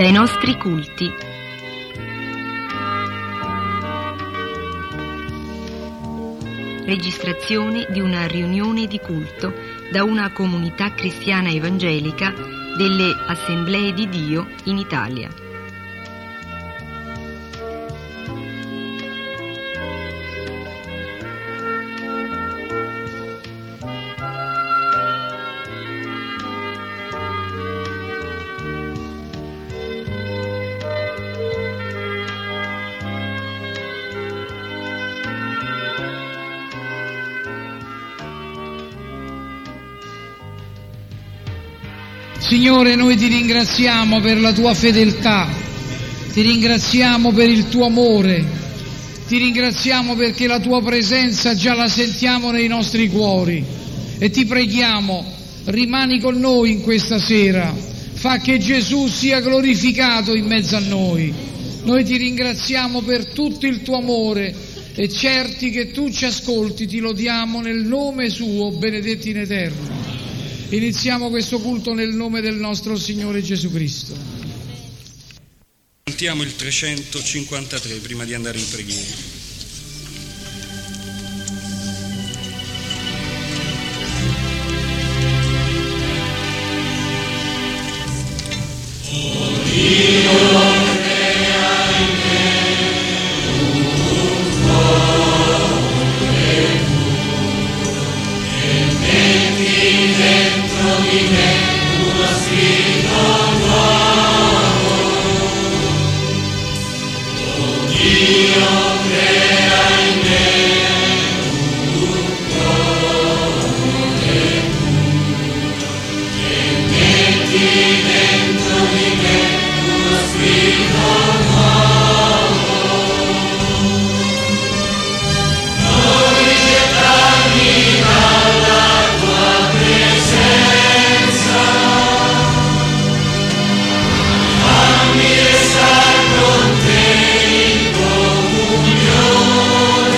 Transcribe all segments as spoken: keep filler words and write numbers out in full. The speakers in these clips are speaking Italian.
dai nostri culti. Registrazione di una riunione di culto da una comunità cristiana evangelica delle Assemblee di Dio in Italia. Signore, noi ti ringraziamo per la tua fedeltà, ti ringraziamo per il tuo amore, ti ringraziamo perché la tua presenza già la sentiamo nei nostri cuori e ti preghiamo, rimani con noi in questa sera, fa che Gesù sia glorificato in mezzo a noi. Noi ti ringraziamo per tutto il tuo amore e certi che tu ci ascolti, ti lodiamo nel nome suo, benedetti in eterno. Iniziamo questo culto nel nome del nostro Signore Gesù Cristo. Cantiamo il trecentocinquantatré prima di andare in preghiera. Oh Dio, crea in me un cuore puro e metti dentro di me uno spirito nuovo. Oh Dio, crea in me un cuore puro e metti dentro di me uno spirito nuovo. Non rigettarmi dalla tua presenza, fammi restare con te in comunione,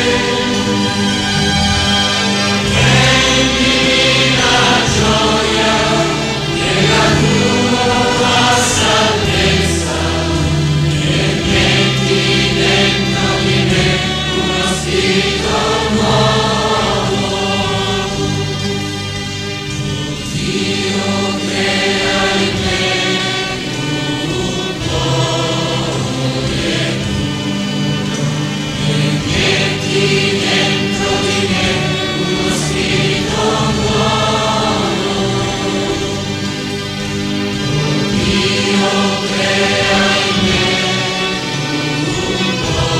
rendimi la gioia della tua salvezza e metti dentro di me uno spirito nuovo. Dio, crea in me un cuore puro e metti dentro di me uno spirito nuovo. Dio, crea in me un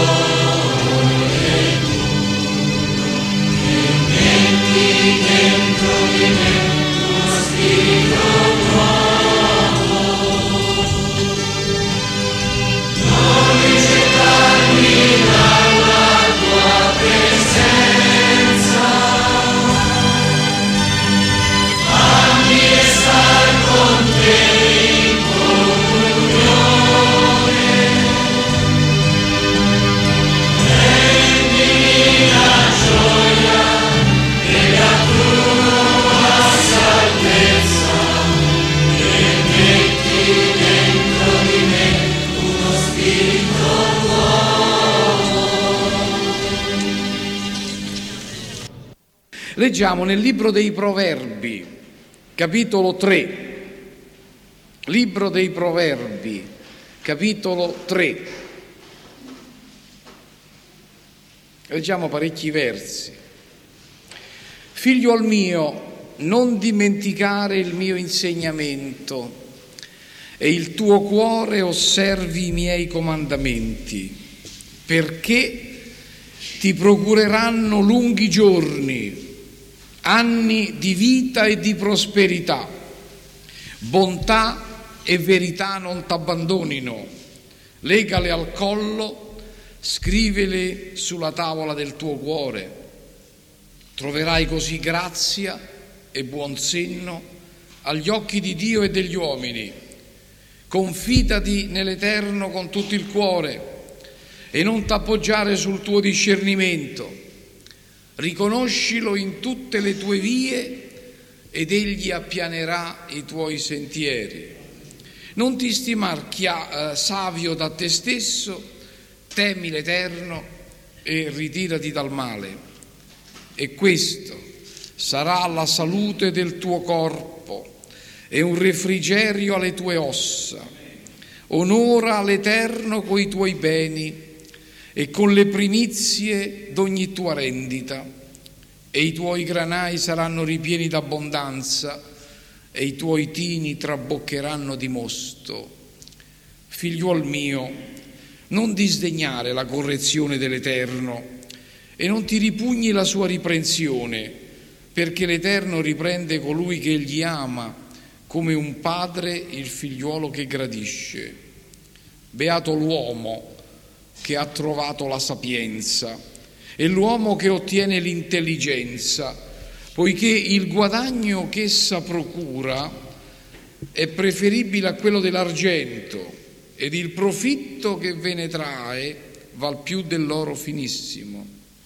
cuore puro e metti dentro di me uno spirito nuovo. Non rigettarmi dalla tua presenza, fammi restare con te in comunione, rendimi la gioia della tua salvezza e metti dentro di me uno spirito nuovo. Leggiamo nel libro dei Proverbi, capitolo tre. Libro dei Proverbi, capitolo tre. Leggiamo parecchi versi. Figliuol mio, non dimenticare il mio insegnamento e il tuo cuore osservi i miei comandamenti, perché ti procureranno lunghi giorni, anni di vita e di prosperità. Bontà e verità non t'abbandonino, legale al collo, scrivele sulla tavola del tuo cuore. Troverai così grazia e buon senno agli occhi di Dio e degli uomini. Confidati nell'Eterno con tutto il cuore e non t'appoggiare sul tuo discernimento. Riconoscilo in tutte le tue vie ed egli appianerà i tuoi sentieri. Non ti stimar chia- eh, savio da te stesso, temi l'Eterno e ritirati dal male. E questo sarà la salute del tuo corpo e un refrigerio alle tue ossa. Onora l'Eterno coi tuoi beni e con le primizie d'ogni tua rendita, e i tuoi granai saranno ripieni d'abbondanza e i tuoi tini traboccheranno di mosto. Figliuol mio, non disdegnare la correzione dell'Eterno e non ti ripugni la sua riprensione, perché l'Eterno riprende colui che egli ama, come un padre il figliuolo che gradisce. Beato l'uomo che ha trovato la sapienza e l'uomo che ottiene l'intelligenza, poiché il guadagno che essa procura è preferibile a quello dell'argento ed il profitto che ve ne trae val più dell'oro finissimo.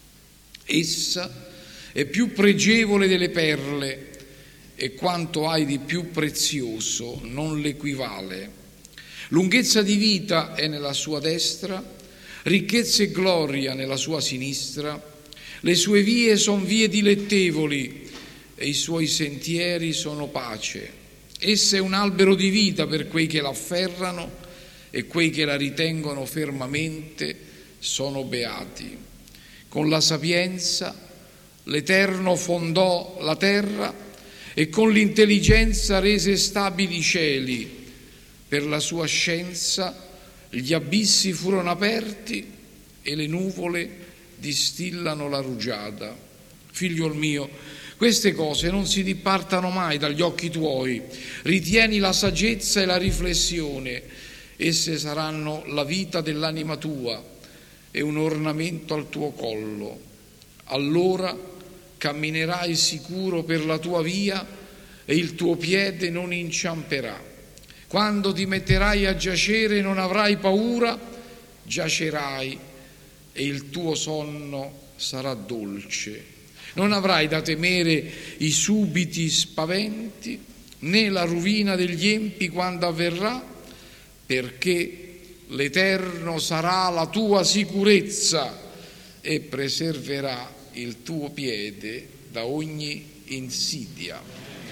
Essa è più pregevole delle perle e quanto hai di più prezioso non l'equivale. Lunghezza di vita è nella sua destra, ricchezza e gloria nella sua sinistra. Le sue vie son vie dilettevoli e i suoi sentieri sono pace. Essa è un albero di vita per quei che l'afferrano e quei che la ritengono fermamente sono beati. Con la sapienza l'Eterno fondò la terra e con l'intelligenza rese stabili i cieli. Per la sua scienza gli abissi furono aperti e le nuvole distillano la rugiada. Figliol mio, queste cose non si dipartano mai dagli occhi tuoi. Ritieni la saggezza e la riflessione, esse saranno la vita dell'anima tua e un ornamento al tuo collo. Allora camminerai sicuro per la tua via e il tuo piede non inciamperà. Quando ti metterai a giacere non avrai paura, giacerai e il tuo sonno sarà dolce. Non avrai da temere i subiti spaventi, né la rovina degli empi quando avverrà, perché l'Eterno sarà la tua sicurezza e preserverà il tuo piede da ogni insidia.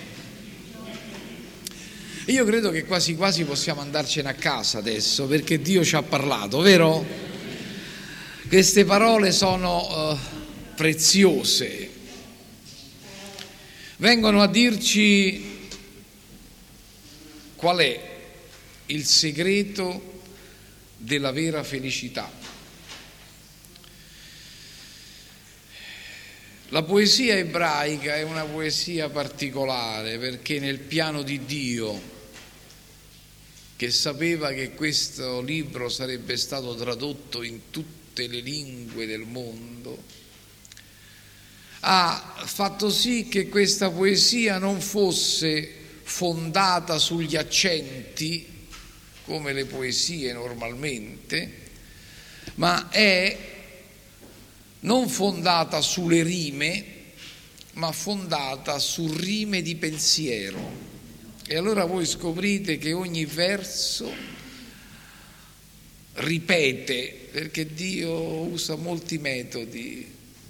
Io credo che quasi quasi possiamo andarcene a casa adesso, perché Dio ci ha parlato, vero? Queste parole sono uh, preziose, vengono a dirci qual è il segreto della vera felicità. La poesia ebraica è una poesia particolare perché nel piano di Dio, che sapeva che questo libro sarebbe stato tradotto in tutte le lingue del mondo, ha fatto sì che questa poesia non fosse fondata sugli accenti come le poesie normalmente, ma è non fondata sulle rime, ma fondata su rime di pensiero. E allora voi scoprite che ogni verso ripete, perché Dio usa molti metodi,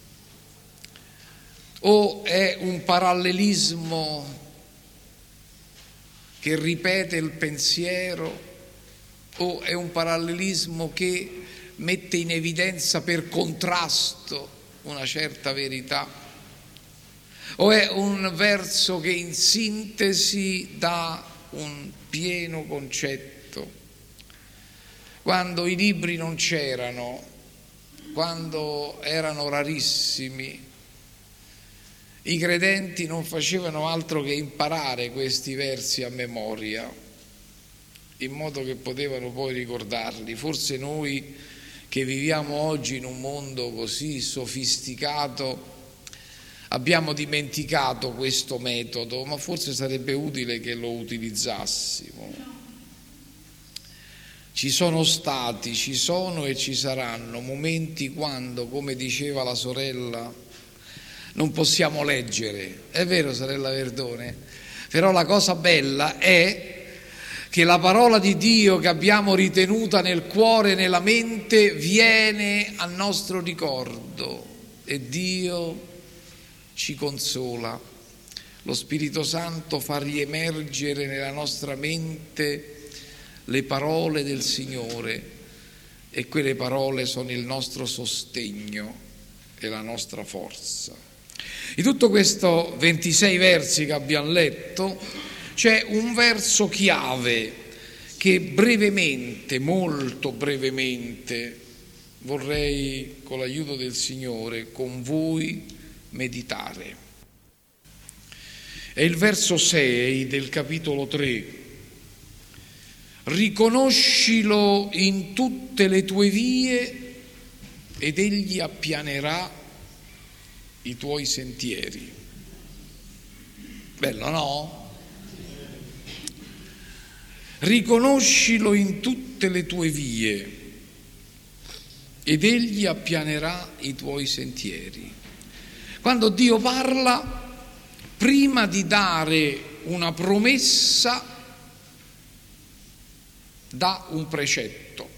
o è un parallelismo che ripete il pensiero, o è un parallelismo che mette in evidenza per contrasto una certa verità, o è un verso che in sintesi dà un pieno concetto. Quando i libri non c'erano, quando erano rarissimi, i credenti non facevano altro che imparare questi versi a memoria, in modo che potevano poi ricordarli. Forse noi che viviamo oggi in un mondo così sofisticato abbiamo dimenticato questo metodo, ma forse sarebbe utile che lo utilizzassimo. Ci sono stati, ci sono e ci saranno momenti quando, come diceva la sorella, non possiamo leggere. È vero, sorella Verdone? Però la cosa bella è che la parola di Dio che abbiamo ritenuta nel cuore e nella mente viene al nostro ricordo e Dio ci consola. Lo Spirito Santo fa riemergere nella nostra mente le parole del Signore e quelle parole sono il nostro sostegno e la nostra forza. In tutto questo ventisei versi che abbiamo letto c'è un verso chiave che brevemente, molto brevemente, vorrei con l'aiuto del Signore con voi meditare. È il verso sei del capitolo tre. Riconoscilo in tutte le tue vie ed egli appianerà i tuoi sentieri. Bello, no? Riconoscilo in tutte le tue vie ed egli appianerà i tuoi sentieri. Quando Dio parla, prima di dare una promessa, dà un precetto.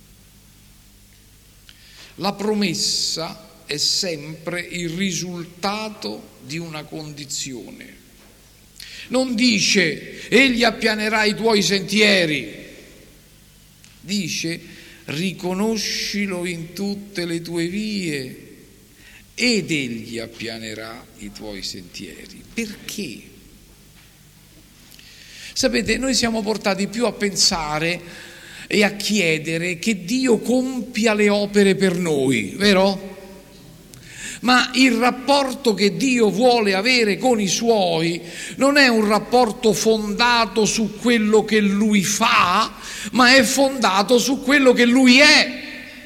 La promessa è sempre il risultato di una condizione. Non dice egli appianerà i tuoi sentieri, dice riconoscilo in tutte le tue vie ed egli appianerà i tuoi sentieri. Perché? Sapete, noi siamo portati più a pensare e a chiedere che Dio compia le opere per noi, vero? Ma il rapporto che Dio vuole avere con i suoi non è un rapporto fondato su quello che Lui fa, ma è fondato su quello che Lui è.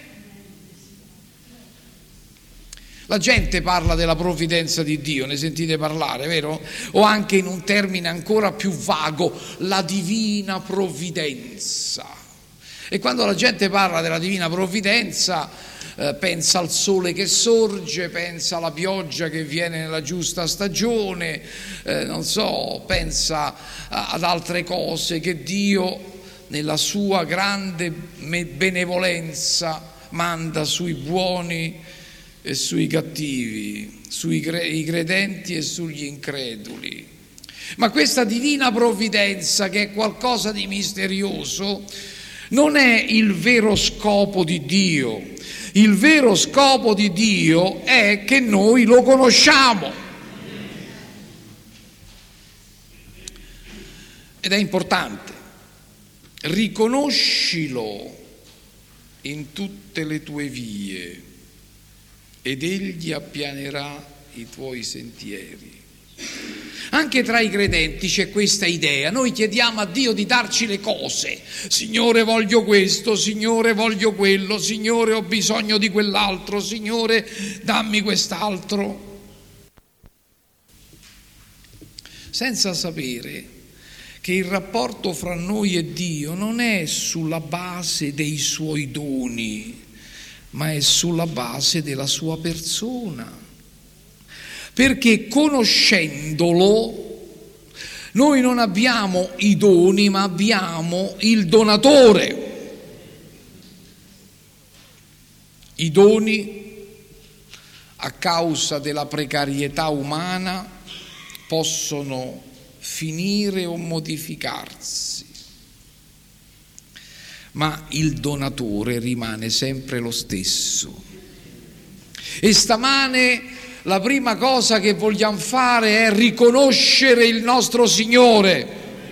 La gente parla della provvidenza di Dio, ne sentite parlare, vero? O anche in un termine ancora più vago, la divina provvidenza. E quando la gente parla della divina provvidenza, Eh, pensa al sole che sorge, pensa alla pioggia che viene nella giusta stagione, eh, non so, pensa a, ad altre cose che Dio nella sua grande benevolenza manda sui buoni e sui cattivi, sui credenti e sugli increduli. Ma questa divina provvidenza, che è qualcosa di misterioso, non è il vero scopo di Dio. Il vero scopo di Dio è che noi lo conosciamo. Ed è importante. Riconoscilo in tutte le tue vie ed egli appianerà i tuoi sentieri. Anche tra i credenti c'è questa idea, noi chiediamo a Dio di darci le cose, Signore voglio questo, Signore voglio quello, Signore ho bisogno di quell'altro, Signore dammi quest'altro, senza sapere che il rapporto fra noi e Dio non è sulla base dei suoi doni, ma è sulla base della sua persona. Perché conoscendolo noi non abbiamo i doni, ma abbiamo il donatore. I doni, a causa della precarietà umana, possono finire o modificarsi, ma il donatore rimane sempre lo stesso. E stamane la prima cosa che vogliamo fare è riconoscere il nostro Signore,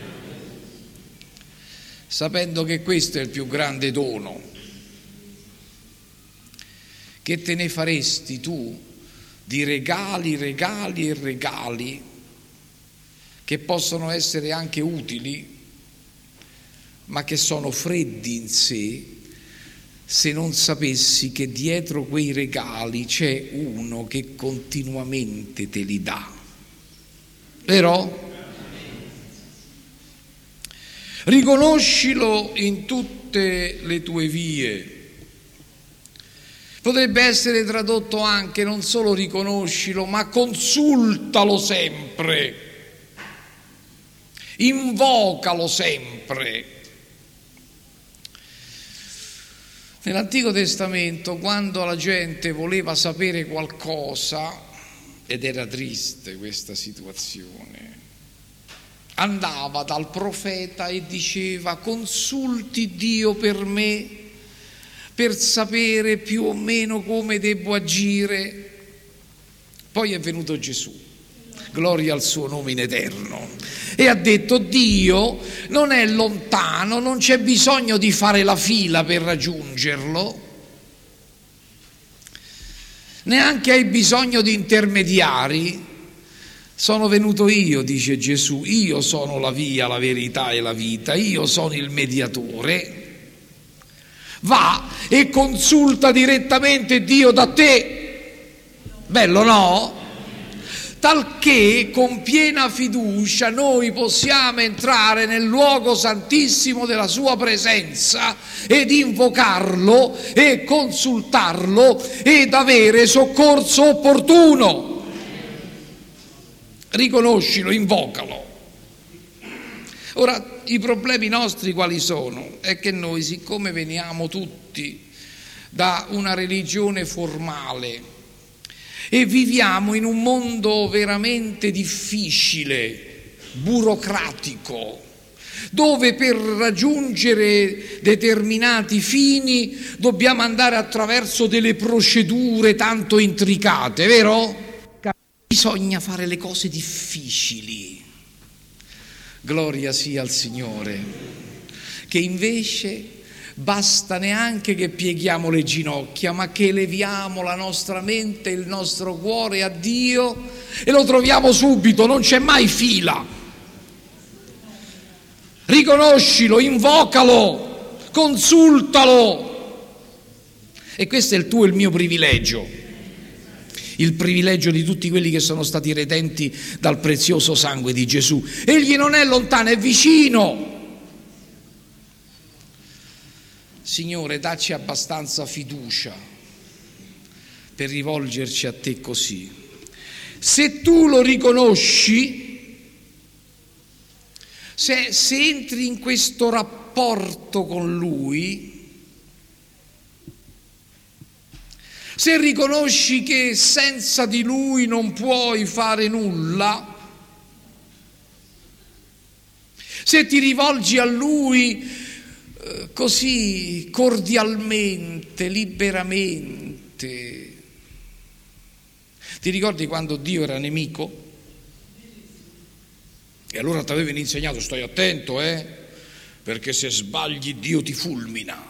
sapendo che questo è il più grande dono. Che te ne faresti tu di regali, regali e regali che possono essere anche utili, ma che sono freddi in sé, se non sapessi che dietro quei regali c'è uno che continuamente te li dà, vero? Riconoscilo in tutte le tue vie. Potrebbe essere tradotto anche non solo riconoscilo, ma consultalo sempre. invocalo sempre. Nell'Antico Testamento, quando la gente voleva sapere qualcosa, ed era triste questa situazione, andava dal profeta e diceva: consulti Dio per me, per sapere più o meno come devo agire. Poi è venuto Gesù, gloria al suo nome in eterno, e ha detto: Dio non è lontano, non c'è bisogno di fare la fila per raggiungerlo, neanche hai bisogno di intermediari. Sono venuto io, dice Gesù, io sono la via, la verità e la vita, io sono il mediatore. Va e consulta direttamente Dio da te. Bello, no? Talché con piena fiducia noi possiamo entrare nel luogo santissimo della sua presenza ed invocarlo e consultarlo ed avere soccorso opportuno. Riconoscilo, invocalo. Ora, i problemi nostri quali sono? È che noi, siccome veniamo tutti da una religione formale e viviamo in un mondo veramente difficile, burocratico, dove per raggiungere determinati fini dobbiamo andare attraverso delle procedure tanto intricate, vero? Bisogna fare le cose difficili. Gloria sia al Signore, che invece basta neanche che pieghiamo le ginocchia, ma che leviamo la nostra mente, il nostro cuore a Dio e lo troviamo subito, non c'è mai fila. Riconoscilo, invocalo, consultalo. E questo è il tuo e il mio privilegio. Il privilegio di tutti quelli che sono stati redenti dal prezioso sangue di Gesù. Egli non è lontano, è vicino. Signore, dacci abbastanza fiducia per rivolgerci a te così. Se tu lo riconosci, se, se entri in questo rapporto con Lui, se riconosci che senza di Lui non puoi fare nulla, se ti rivolgi a Lui eh, così cordialmente, liberamente. Ti ricordi quando Dio era nemico? E allora ti avevano insegnato: stai attento, eh, perché se sbagli Dio ti fulmina.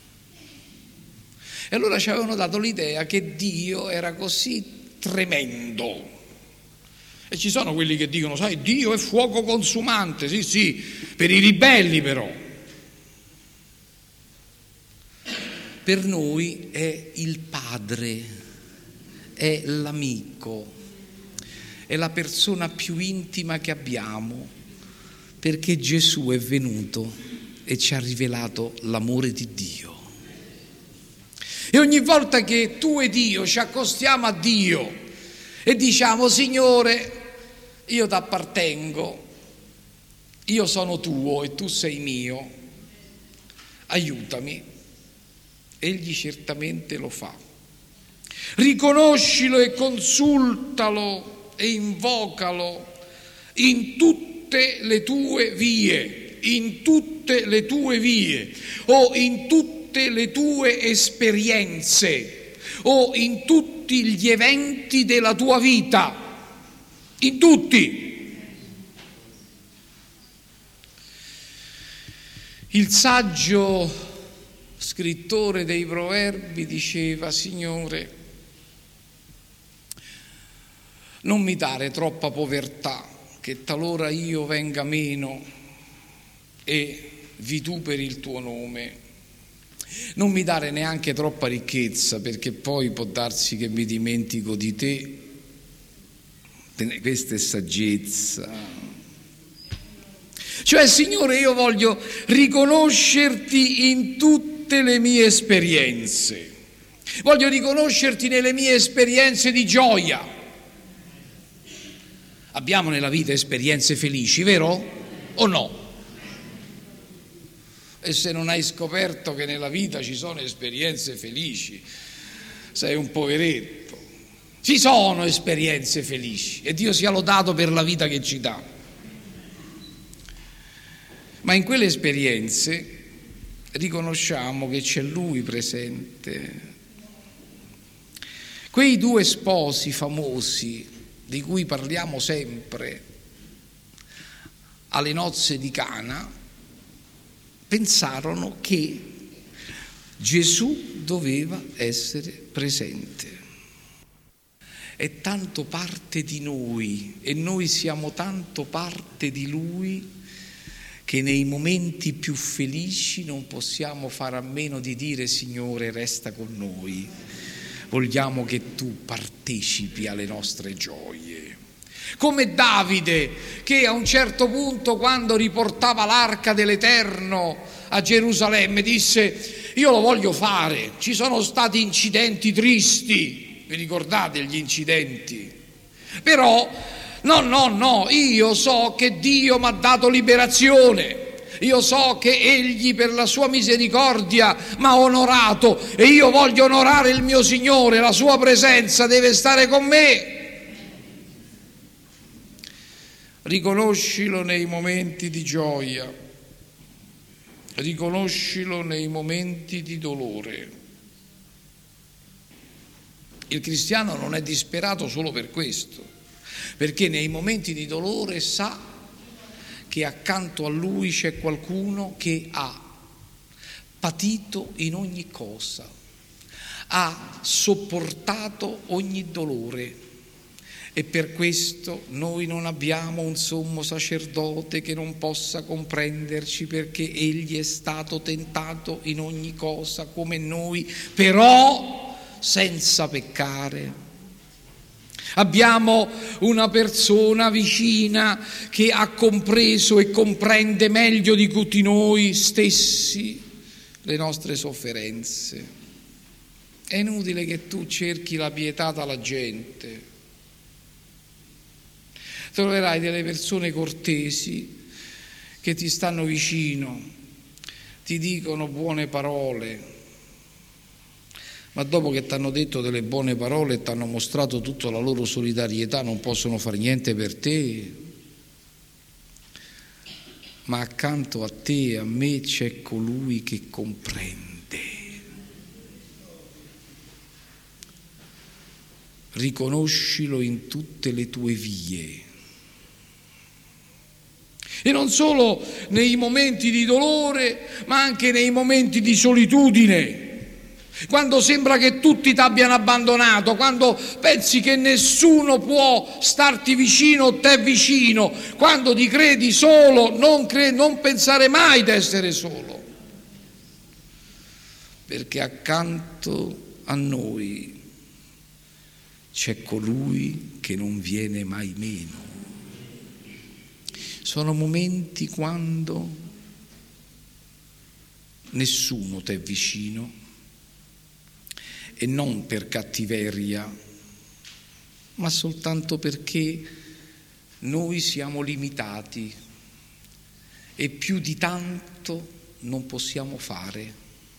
E allora ci avevano dato l'idea che Dio era così tremendo. E ci sono quelli che dicono: sai, Dio è fuoco consumante. Sì, sì, per i ribelli però. Per noi è il Padre, è l'amico, è la persona più intima che abbiamo, perché Gesù è venuto e ci ha rivelato l'amore di Dio. E ogni volta che tu ed io ci accostiamo a Dio e diciamo: Signore, io ti appartengo, io sono tuo e tu sei mio, aiutami, Egli certamente lo fa. Riconoscilo e consultalo e invocalo in tutte le tue vie, in tutte le tue vie o in tutte le tue esperienze o in tutti gli eventi della tua vita, in tutti. Il saggio scrittore dei Proverbi diceva: Signore, non mi dare troppa povertà, che talora io venga meno e vituperi il tuo nome. Non mi dare neanche troppa ricchezza, perché poi può darsi che mi dimentico di te. Questa è saggezza. Cioè, Signore, io voglio riconoscerti in tutte le mie esperienze. Voglio riconoscerti nelle mie esperienze di gioia. Abbiamo nella vita esperienze felici, vero? o no? E se non hai scoperto che nella vita ci sono esperienze felici, sei un poveretto. Ci sono esperienze felici e Dio sia lodato per la vita che ci dà. Ma in quelle esperienze riconosciamo che c'è Lui presente. Quei due sposi famosi di cui parliamo sempre alle nozze di Cana pensarono che Gesù doveva essere presente. È tanto parte di noi e noi siamo tanto parte di Lui che nei momenti più felici non possiamo fare a meno di dire: Signore, resta con noi, vogliamo che tu partecipi alle nostre gioie. Come Davide, che a un certo punto, quando riportava l'arca dell'Eterno a Gerusalemme, disse: io lo voglio fare, ci sono stati incidenti tristi, vi ricordate gli incidenti? Però no, no, no, io so che Dio mi ha dato liberazione, io so che Egli per la sua misericordia mi ha onorato e io voglio onorare il mio Signore, la sua presenza deve stare con me. Riconoscilo nei momenti di gioia, riconoscilo nei momenti di dolore. Il cristiano non è disperato solo per questo, perché nei momenti di dolore sa che accanto a lui c'è qualcuno che ha patito in ogni cosa, ha sopportato ogni dolore. E per questo noi non abbiamo un sommo sacerdote che non possa comprenderci, perché egli è stato tentato in ogni cosa come noi, però senza peccare. Abbiamo una persona vicina che ha compreso e comprende meglio di tutti noi stessi le nostre sofferenze. È inutile che tu cerchi la pietà dalla gente. Troverai delle persone cortesi che ti stanno vicino, ti dicono buone parole, ma dopo che ti hanno detto delle buone parole e ti hanno mostrato tutta la loro solidarietà non possono fare niente per te. Ma accanto a te e a me c'è colui che comprende. Riconoscilo in tutte le tue vie. E non solo nei momenti di dolore, ma anche nei momenti di solitudine. Quando sembra che tutti ti abbiano abbandonato, quando pensi che nessuno può starti vicino o te vicino, quando ti credi solo, non, cre- non pensare mai di essere solo. Perché accanto a noi c'è colui che non viene mai meno. Sono momenti quando nessuno ti è vicino, e non per cattiveria, ma soltanto perché noi siamo limitati e più di tanto non possiamo fare.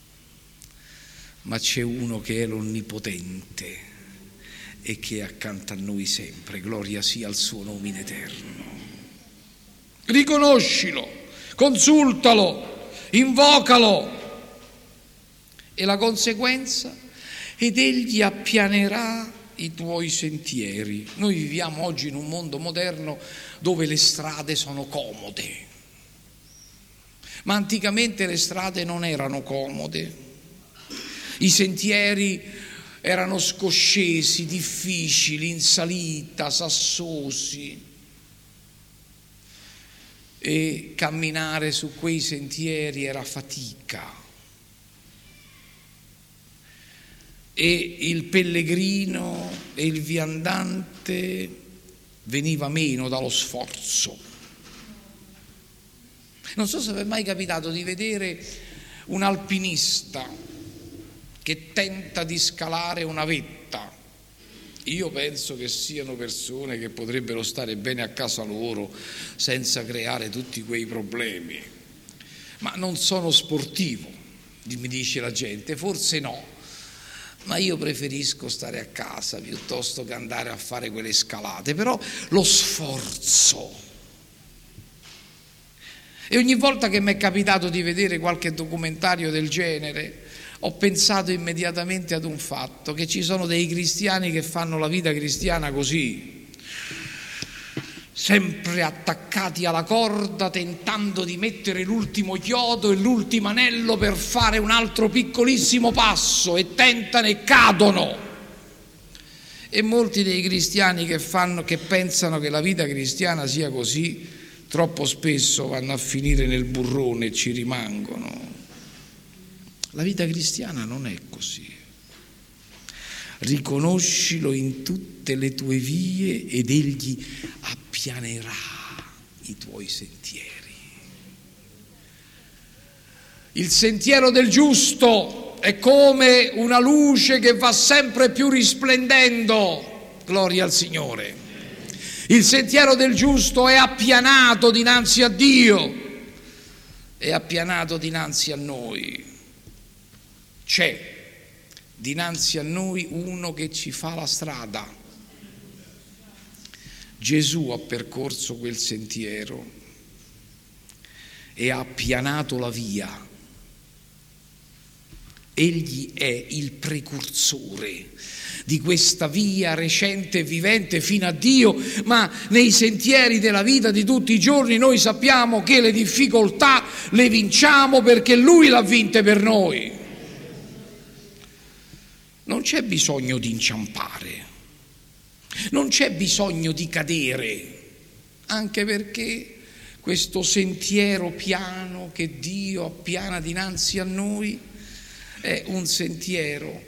Ma c'è uno che è l'Onnipotente e che è accanto a noi sempre. Gloria sia al suo nome in eterno. Riconoscilo, consultalo, invocalo, e la conseguenza? Ed egli appianerà i tuoi sentieri. Noi viviamo oggi in un mondo moderno dove le strade sono comode, ma anticamente le strade non erano comode, i sentieri erano scoscesi, difficili, in salita, sassosi. E camminare su quei sentieri era fatica, e il pellegrino e il viandante veniva meno dallo sforzo. Non so se vi è mai capitato di vedere un alpinista che tenta di scalare una vetta io penso che siano persone che potrebbero stare bene a casa loro senza creare tutti quei problemi, ma non sono sportivo, mi dice la gente, forse no, ma io preferisco stare a casa piuttosto che andare a fare quelle scalate, però lo sforzo. E ogni volta che mi è capitato di vedere qualche documentario del genere, ho pensato immediatamente ad un fatto, che ci sono dei cristiani che fanno la vita cristiana così, sempre attaccati alla corda, tentando di mettere l'ultimo chiodo e l'ultimo anello per fare un altro piccolissimo passo, e tentano e cadono. E molti dei cristiani che fanno, che pensano che la vita cristiana sia così, troppo spesso vanno a finire nel burrone e ci rimangono. La vita cristiana non è così. Riconoscilo in tutte le tue vie ed egli appianerà i tuoi sentieri. Il sentiero del giusto è come una luce che va sempre più risplendendo. Gloria al Signore. Il sentiero del giusto è appianato dinanzi a Dio, è appianato dinanzi a noi. C'è dinanzi a noi uno che ci fa la strada. Gesù ha percorso quel sentiero e ha appianato la via. Egli è il precursore di questa via recente e vivente fino a Dio, ma nei sentieri della vita di tutti i giorni noi sappiamo che le difficoltà le vinciamo perché Lui l'ha vinte per noi. Non c'è bisogno di inciampare, non c'è bisogno di cadere, anche perché questo sentiero piano che Dio appiana dinanzi a noi è un sentiero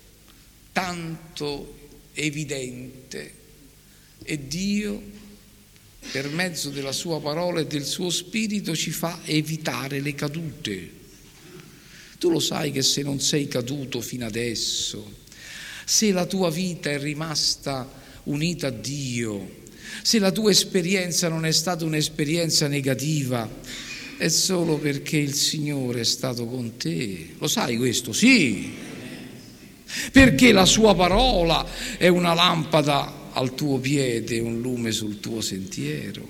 tanto evidente, e Dio, per mezzo della sua parola e del suo spirito, ci fa evitare le cadute. Tu lo sai che se non sei caduto fino adesso, se la tua vita è rimasta unita a Dio, se la tua esperienza non è stata un'esperienza negativa, è solo perché il Signore è stato con te. Lo sai questo? Sì, perché la sua parola è una lampada al tuo piede, un lume sul tuo sentiero.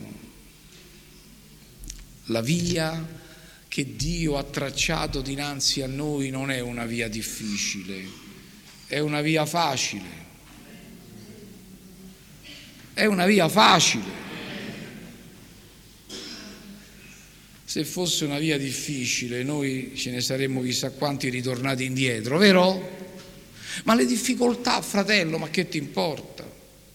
La via che Dio ha tracciato dinanzi a noi non è una via difficile, è una via facile. È una via facile. Se fosse una via difficile, noi ce ne saremmo chissà quanti ritornati indietro, vero? Ma le difficoltà, fratello, ma che ti importa?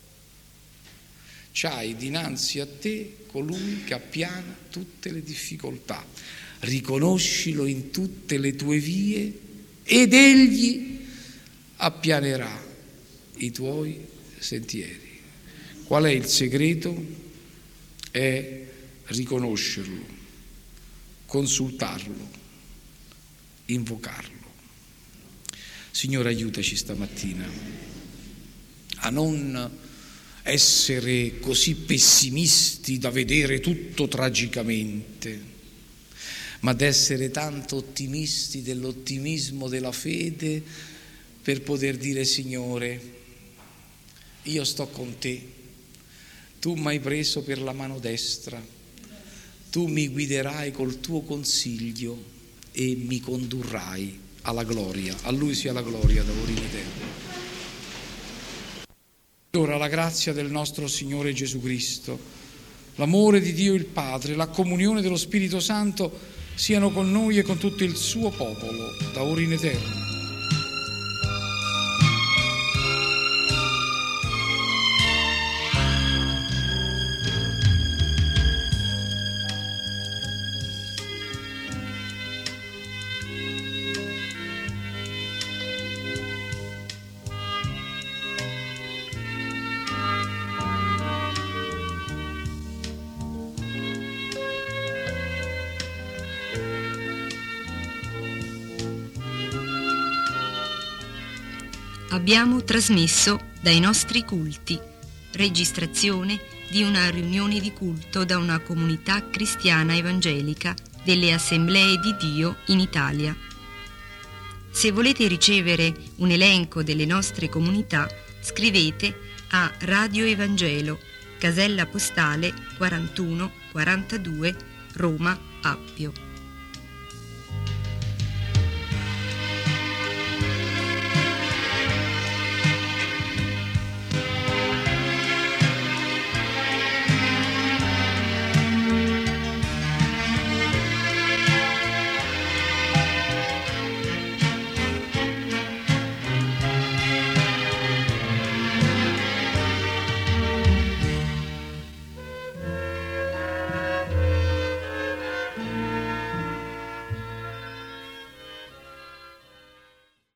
C'hai dinanzi a te colui che appiana tutte le difficoltà. Riconoscilo in tutte le tue vie ed egli appianerà i tuoi sentieri. Qual è il segreto? È riconoscerlo, consultarlo, invocarlo. Signore, aiutaci stamattina a non essere così pessimisti da vedere tutto tragicamente, ma ad essere tanto ottimisti dell'ottimismo della fede per poter dire: Signore, io sto con te, tu mi hai preso per la mano destra, tu mi guiderai col tuo consiglio e mi condurrai alla gloria. A Lui sia la gloria da ora in eterno. Ora la grazia del nostro Signore Gesù Cristo, l'amore di Dio il Padre, la comunione dello Spirito Santo siano con noi e con tutto il suo popolo da ora in eterno. Abbiamo trasmesso dai nostri culti, registrazione di una riunione di culto da una comunità cristiana evangelica delle Assemblee di Dio in Italia. Se volete ricevere un elenco delle nostre comunità, scrivete a Radio Evangelo, casella postale quarantuno quarantadue, Roma, Appio.